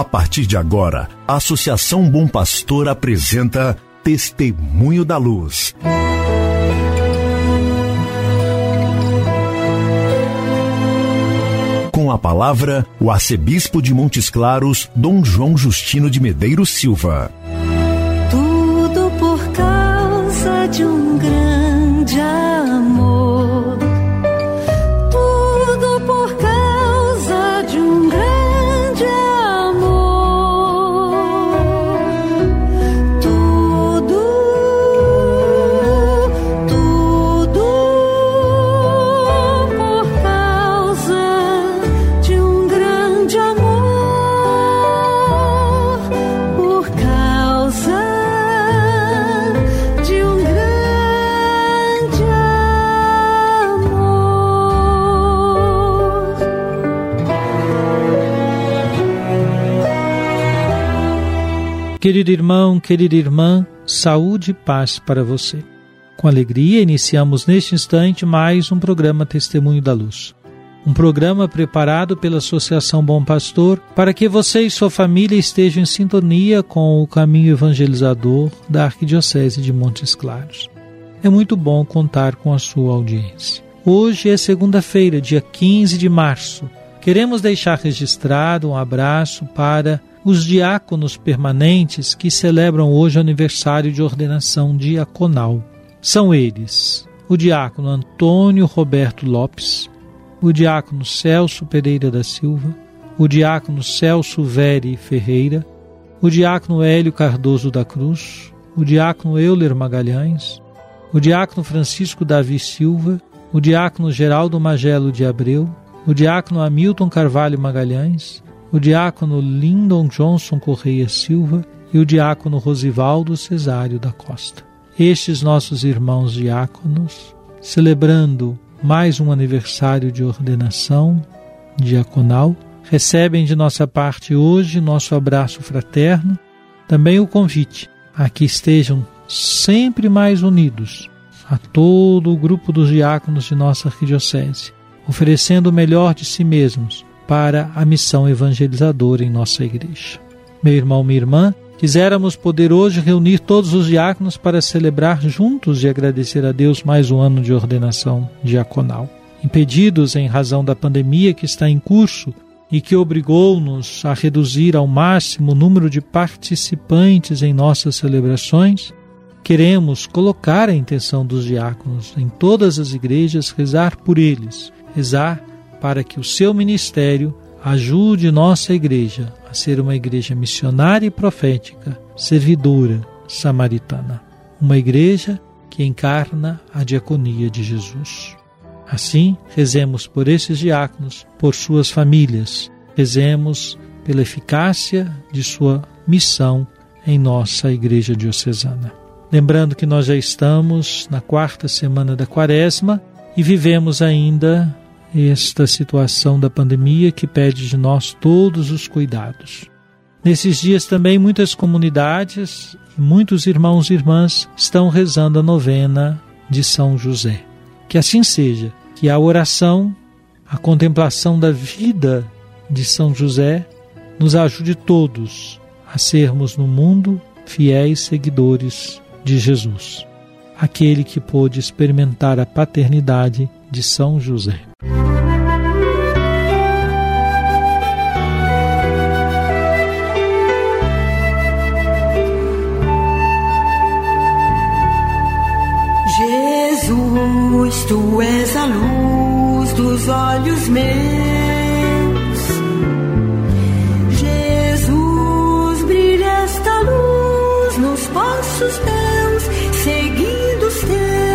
A partir de agora, a Associação Bom Pastor apresenta Testemunho da Luz. Com a palavra, o arcebispo de Montes Claros, Dom João Justino de Medeiros Silva. Tudo por causa de um grande amor. Tudo por causa de um grande amor. Tudo por causa de um grande amor. Por causa de um grande amor. Querido irmão, querida irmã, saúde e paz para você. Com alegria, iniciamos neste instante mais um programa Testemunho da Luz. Um programa preparado pela Associação Bom Pastor para que você e sua família estejam em sintonia com o caminho evangelizador da Arquidiocese de Montes Claros. É muito bom contar com a sua audiência. Hoje é segunda-feira, dia 15 de março. Queremos deixar registrado um abraço para os diáconos permanentes que celebram hoje o aniversário de ordenação diaconal. São eles: o diácono Antônio Roberto Lopes, o diácono Celso Pereira da Silva, o diácono Celso Veri Ferreira, o diácono Hélio Cardoso da Cruz, o diácono Euler Magalhães, o diácono Francisco Davi Silva, o diácono Geraldo Magelo de Abreu, o diácono Hamilton Carvalho Magalhães, o diácono Lindon Johnson Correia Silva e o diácono Rosivaldo Cesário da Costa. Estes nossos irmãos diáconos, celebrando mais um aniversário de ordenação diaconal, recebem de nossa parte hoje nosso abraço fraterno, também o convite a que estejam sempre mais unidos a todo o grupo dos diáconos de nossa arquidiocese, oferecendo o melhor de si mesmos para a missão evangelizadora em nossa igreja. Meu irmão, minha irmã, quiséramos poder hoje reunir todos os diáconos para celebrar juntos e agradecer a Deus mais um ano de ordenação diaconal. Impedidos em razão da pandemia que está em curso e que obrigou-nos a reduzir ao máximo o número de participantes em nossas celebrações, queremos colocar a intenção dos diáconos em todas as igrejas, rezar por eles, rezar para que o seu ministério ajude nossa igreja a ser uma igreja missionária e profética, servidora, samaritana. Uma igreja que encarna a diaconia de Jesus. Assim, rezemos por esses diáconos, por suas famílias. Rezemos pela eficácia de sua missão em nossa igreja diocesana. Lembrando que nós já estamos na 4ª semana da Quaresma e vivemos ainda esta situação da pandemia que pede de nós todos os cuidados. Nesses dias também muitas comunidades, muitos irmãos e irmãs estão rezando a novena de São José. Que assim seja, que a oração, a contemplação da vida de São José nos ajude todos a sermos no mundo fiéis seguidores de Jesus, aquele que pôde experimentar a paternidade de São José. Jesus, tu és a luz dos olhos meus. Jesus, brilha esta luz nos passos meus, seguindo os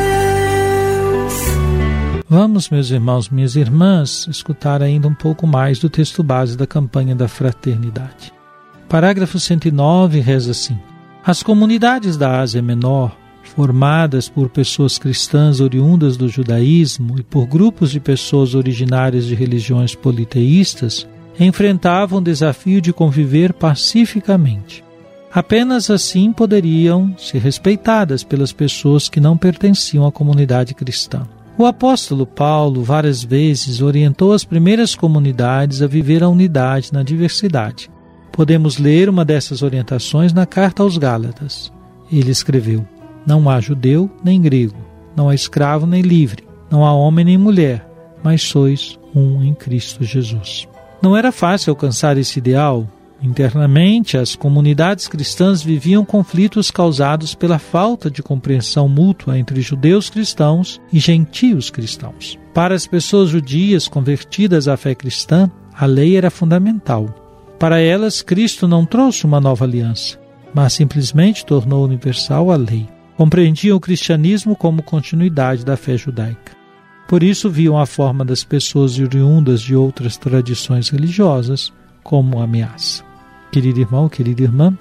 teus. Vamos, meus irmãos, minhas irmãs, escutar ainda um pouco mais do texto base da campanha da fraternidade. Parágrafo 109 reza assim: as comunidades da Ásia Menor, formadas por pessoas cristãs oriundas do judaísmo e por grupos de pessoas originárias de religiões politeístas, enfrentavam o desafio de conviver pacificamente. Apenas assim poderiam ser respeitadas pelas pessoas que não pertenciam à comunidade cristã. O apóstolo Paulo várias vezes orientou as primeiras comunidades a viver a unidade na diversidade. Podemos ler uma dessas orientações na carta aos Gálatas. Ele escreveu: não há judeu nem grego, não há escravo nem livre, não há homem nem mulher, mas sois um em Cristo Jesus. Não era fácil alcançar esse ideal. Internamente, as comunidades cristãs viviam conflitos causados pela falta de compreensão mútua entre judeus cristãos e gentios cristãos. Para as pessoas judias convertidas à fé cristã, a lei era fundamental. Para elas, Cristo não trouxe uma nova aliança, mas simplesmente tornou universal a lei. Compreendiam o cristianismo como continuidade da fé judaica. Por isso, viam a forma das pessoas oriundas de outras tradições religiosas como ameaça. Querido irmão, querida irmã,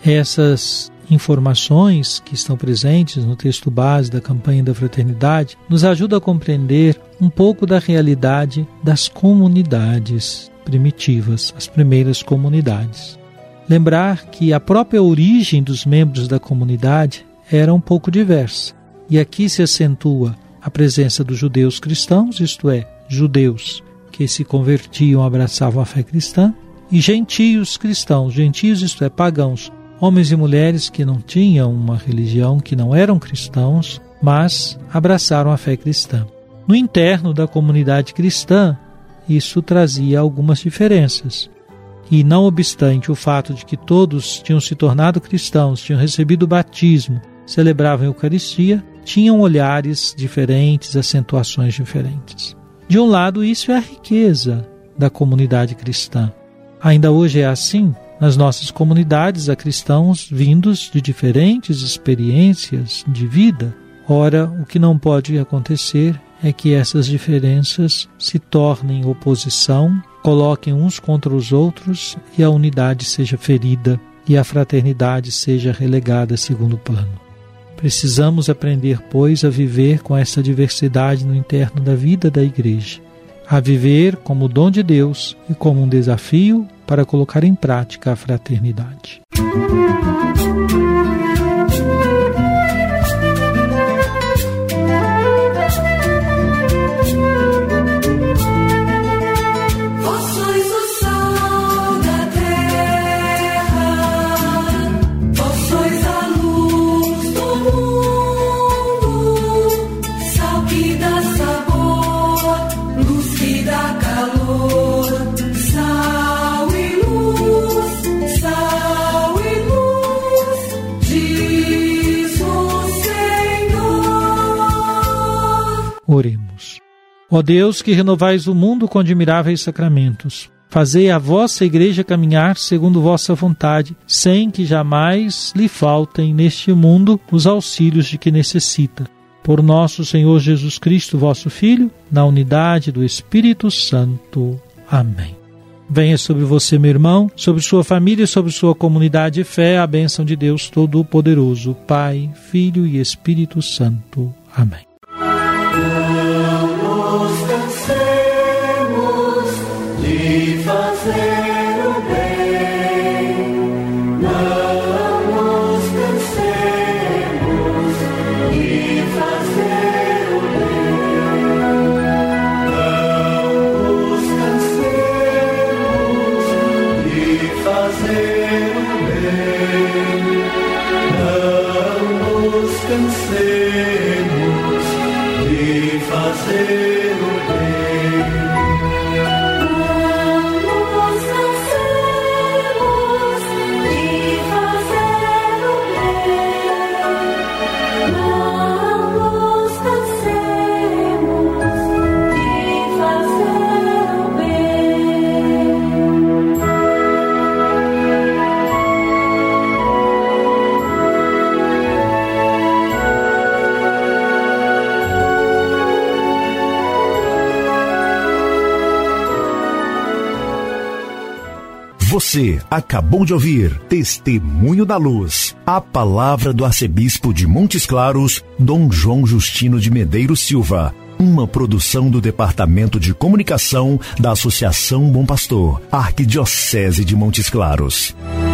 essas informações que estão presentes no texto base da campanha da fraternidade nos ajudam a compreender um pouco da realidade das comunidades primitivas, as primeiras comunidades. Lembrar que a própria origem dos membros da comunidade era um pouco diversa. E aqui se acentua a presença dos judeus cristãos, isto é, judeus que se convertiam, abraçavam a fé cristã, e gentios cristãos, gentios isto é, pagãos, homens e mulheres que não tinham uma religião, que não eram cristãos, mas abraçaram a fé cristã. No interno da comunidade cristã, isso trazia algumas diferenças. E não obstante o fato de que todos tinham se tornado cristãos, tinham recebido o batismo, celebravam a Eucaristia, tinham olhares diferentes, acentuações diferentes. De um lado, isso é a riqueza da comunidade cristã. Ainda hoje é assim, nas nossas comunidades há cristãos vindos de diferentes experiências de vida. Ora, o que não pode acontecer é que essas diferenças se tornem oposição, coloquem uns contra os outros e a unidade seja ferida e a fraternidade seja relegada a segundo plano. Precisamos aprender, pois, a viver com essa diversidade no interno da vida da Igreja, a viver como dom de Deus e como um desafio para colocar em prática a fraternidade. Oremos. Ó Deus, que renovais o mundo com admiráveis sacramentos, fazei a vossa Igreja caminhar segundo vossa vontade, sem que jamais lhe faltem neste mundo os auxílios de que necessita. Por nosso Senhor Jesus Cristo, vosso Filho, na unidade do Espírito Santo. Amém. Venha sobre você, meu irmão, sobre sua família e sobre sua comunidade de fé, a bênção de Deus Todo-Poderoso, Pai, Filho e Espírito Santo. Amém. Não nos cansemos de fazer o bem, não nos cansemos de fazer o bem, não nos cansemos de fazer o bem, não nos cansemos de fazer o bem. Não nos cansemos de fazer o bem. Não nos cansemos de fazer o bem. Você acabou de ouvir Testemunho da Luz, a palavra do arcebispo de Montes Claros, Dom João Justino de Medeiros Silva, uma produção do Departamento de Comunicação da Associação Bom Pastor, Arquidiocese de Montes Claros.